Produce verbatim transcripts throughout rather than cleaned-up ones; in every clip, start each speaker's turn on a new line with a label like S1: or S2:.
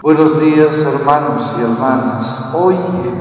S1: Buenos días, hermanos y hermanas. Hoy,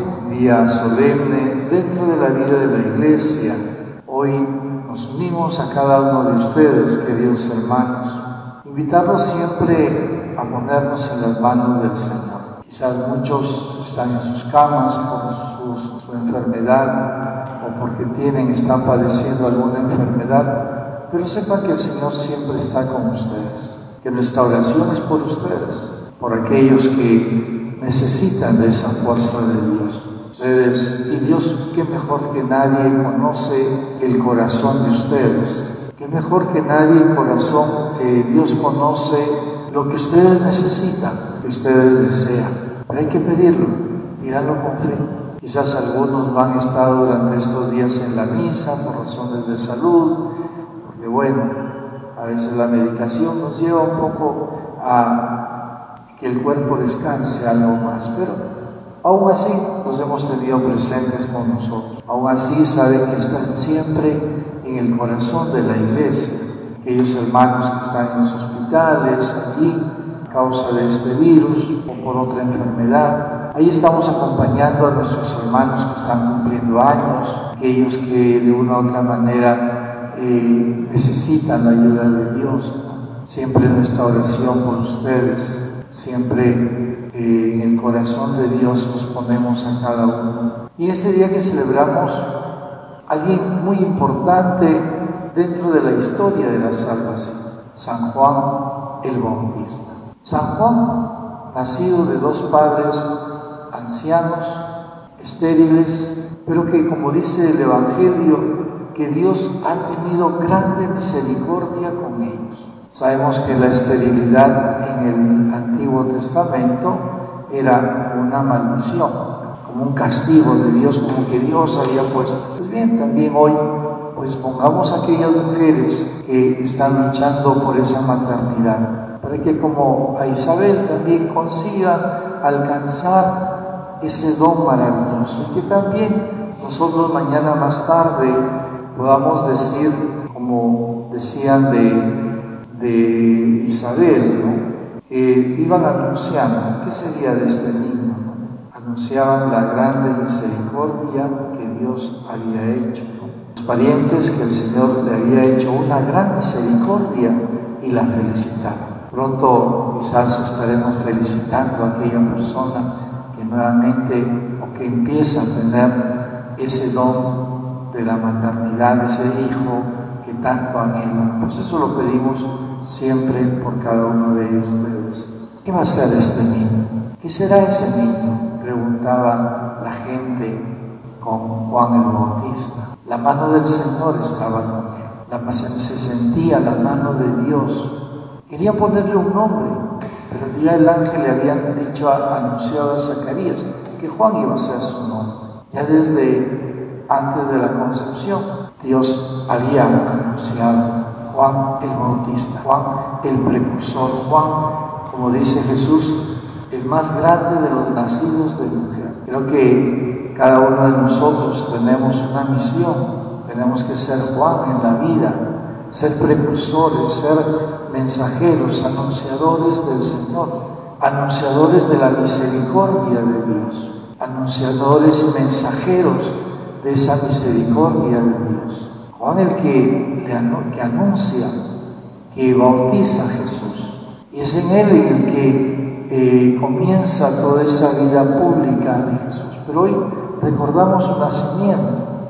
S1: día solemne dentro de la vida de la Iglesia, hoy nos unimos a cada uno de ustedes, queridos hermanos, invitarlos siempre a ponernos en las manos del Señor. Quizás muchos están en sus camas por su, su enfermedad o porque tienen, están padeciendo alguna enfermedad, pero sepan que el Señor siempre está con ustedes, que nuestra oración es por ustedes, por aquellos que necesitan de esa fuerza de Dios. Ustedes y Dios, qué mejor que nadie conoce el corazón de ustedes, qué mejor que nadie el corazón que Dios conoce lo que ustedes necesitan, que ustedes desean. Pero hay que pedirlo, pídanlo con fe. Quizás algunos no han estado durante estos días en la misa por razones de salud, porque bueno, a veces la medicación nos lleva un poco a que el cuerpo descanse algo más, pero aún así los hemos tenido presentes con nosotros. Aún así saben que están siempre en el corazón de la Iglesia. Aquellos hermanos que están en los hospitales, allí, a causa de este virus o por otra enfermedad. Ahí estamos acompañando a nuestros hermanos que están cumpliendo años, aquellos que de una u otra manera eh, necesitan la ayuda de Dios. Siempre nuestra oración por ustedes. Siempre eh, en el corazón de Dios nos ponemos a cada uno. Y ese día que celebramos a alguien muy importante dentro de la historia de la salvación, San Juan el Bautista. San Juan, nacido de dos padres ancianos, estériles, pero que, como dice el Evangelio, que Dios ha tenido grande misericordia con ellos. Sabemos que la esterilidad en el Antiguo Testamento era una maldición, como un castigo de Dios, como que Dios había puesto. Pues bien, también hoy, pues pongamos a aquellas mujeres que están luchando por esa maternidad, para que como a Isabel también consiga alcanzar ese don maravilloso, y que también nosotros mañana más tarde podamos decir, como decían de de Isabel, ¿no? que iban anunciando qué sería de este niño, ¿no? Anunciaban la grande misericordia que Dios había hecho, ¿no? Los parientes que el Señor le había hecho una gran misericordia y la felicitaban. Pronto quizás estaremos felicitando a aquella persona que nuevamente o que empieza a tener ese don de la maternidad, ese hijo que tanto anhelan. Pues eso lo pedimos siempre por cada uno de ustedes. ¿Qué va a ser este niño? ¿Qué será ese niño? Preguntaba la gente con Juan el Bautista. La mano del Señor estaba con él. La, se sentía la mano de Dios. Quería ponerle un nombre, pero ya el ángel le habían dicho, anunciado a Zacarías, que Juan iba a ser su nombre. Ya desde antes de la concepción, Dios había anunciado Juan el Bautista, Juan el precursor, Juan, como dice Jesús, el más grande de los nacidos de mujer. Creo que cada uno de nosotros tenemos una misión, tenemos que ser Juan en la vida, ser precursores, ser mensajeros, anunciadores del Señor, anunciadores de la misericordia de Dios, anunciadores y mensajeros de esa misericordia de Dios. Juan el que, que anuncia, que bautiza a Jesús. Y es en él el que eh, comienza toda esa vida pública de Jesús. Pero hoy recordamos su nacimiento,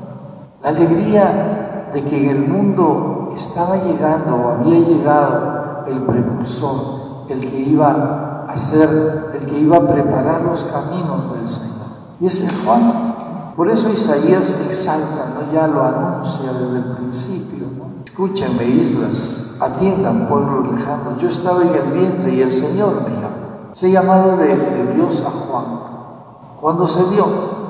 S1: la alegría de que en el mundo estaba llegando o había llegado el precursor, el que iba a ser, el que iba a preparar los caminos del Señor. Y ese es Juan. Por eso Isaías exalta, ¿no? Ya lo anuncia desde el principio, ¿no? Escúchenme, islas, atiendan, pueblos lejanos. Yo estaba en el vientre y el Señor me llamó. Ese llamado de, de Dios a Juan, ¿cuándo se dio?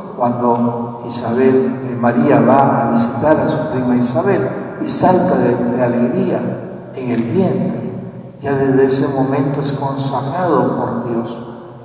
S1: Cuando Isabel, eh, María va a visitar a su prima Isabel y salta de, de alegría en el vientre. Ya desde ese momento es consagrado por Dios.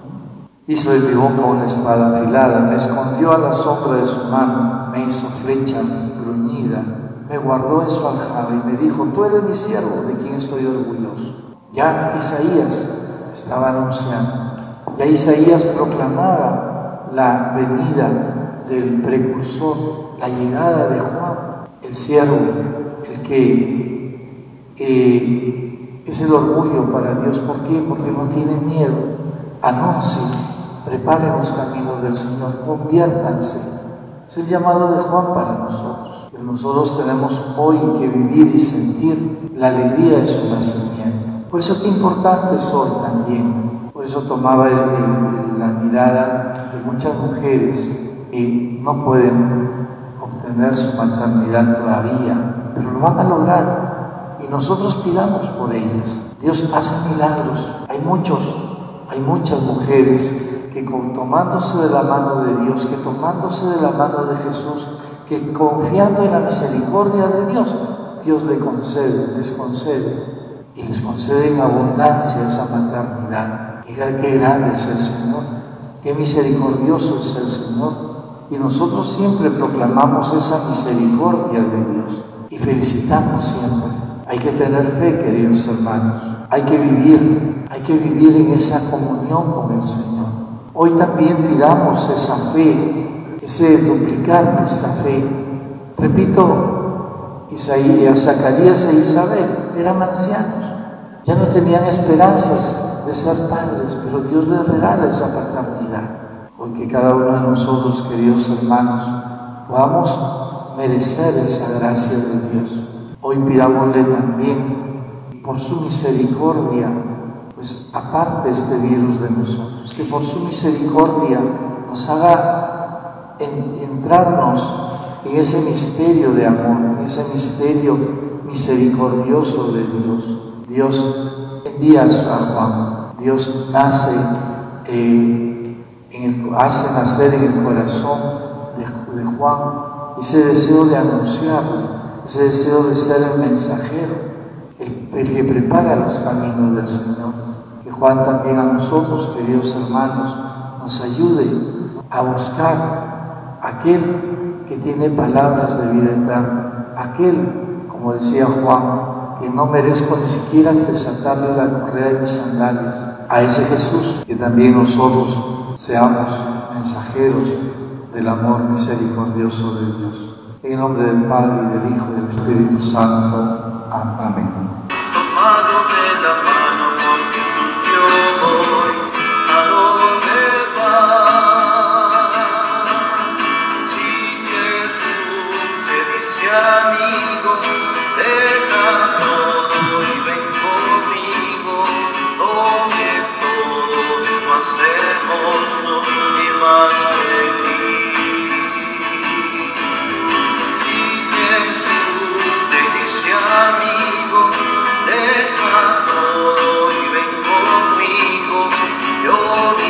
S1: Hizo de mi boca una espada afilada, me escondió a la sombra de su mano, me hizo flecha bruñida, me guardó en su aljaba y me dijo, tú eres mi siervo, de quien estoy orgulloso. Ya Isaías estaba anunciando, Ya Isaías proclamaba la venida del precursor, la llegada de Juan, el siervo, el que eh, es el orgullo para Dios. ¿Por qué? Porque no tiene miedo. Anuncien, preparen los caminos del Señor, conviértanse. Es el llamado de Juan para nosotros. Pero nosotros tenemos hoy que vivir y sentir la alegría de su nacimiento. Por eso qué importante es hoy también. Por eso tomaba el, el, la mirada de muchas mujeres que no pueden obtener su maternidad todavía, pero lo van a lograr. Y nosotros pidamos por ellas. Dios hace milagros. Hay muchos, hay muchas mujeres que con, tomándose de la mano de Dios, que tomándose de la mano de Jesús, que confiando en la misericordia de Dios, Dios les concede, les concede, y les concede en abundancia esa maternidad. Y qué grande es el Señor, qué misericordioso es el Señor. Y nosotros siempre proclamamos esa misericordia de Dios y felicitamos siempre. Hay que tener fe, queridos hermanos, hay que vivir, hay que vivir en esa comunión con el Señor. Hoy también pidamos esa fe, ese duplicar nuestra fe. Repito, Isaías, Zacarías e Isabel eran ancianos, ya no tenían esperanzas de ser padres, pero Dios les regala esa paternidad. Hoy que cada uno de nosotros, queridos hermanos, podamos merecer esa gracia de Dios. Hoy pidámosle también, por su misericordia, pues aparte este virus de nosotros, que por su misericordia nos haga en, entrarnos en ese misterio de amor, en ese misterio misericordioso de Dios. Dios envía a Juan, Dios nace, eh, en el, hace nacer en el corazón de, de Juan ese deseo de anunciarlo, ese deseo de ser el mensajero, el, el que prepara los caminos del Señor. Que Juan también a nosotros, queridos hermanos, nos ayude a buscar aquel que tiene palabras de vida eterna, aquel, como decía Juan, que no merezco ni siquiera desatarle la correa de mis sandalias, a ese Jesús, que también nosotros seamos mensajeros del amor misericordioso de Dios. En el nombre del Padre, y del Hijo, y del Espíritu Santo. Amén.
S2: Tomado de la mano con Jesús yo voy, ¿a dónde vas? Si Jesús te dice amigo, deja todo y ven conmigo, donde todo es más hermoso y más feliz. Si Jesús te dice amigo, deja todo y ven conmigo, yo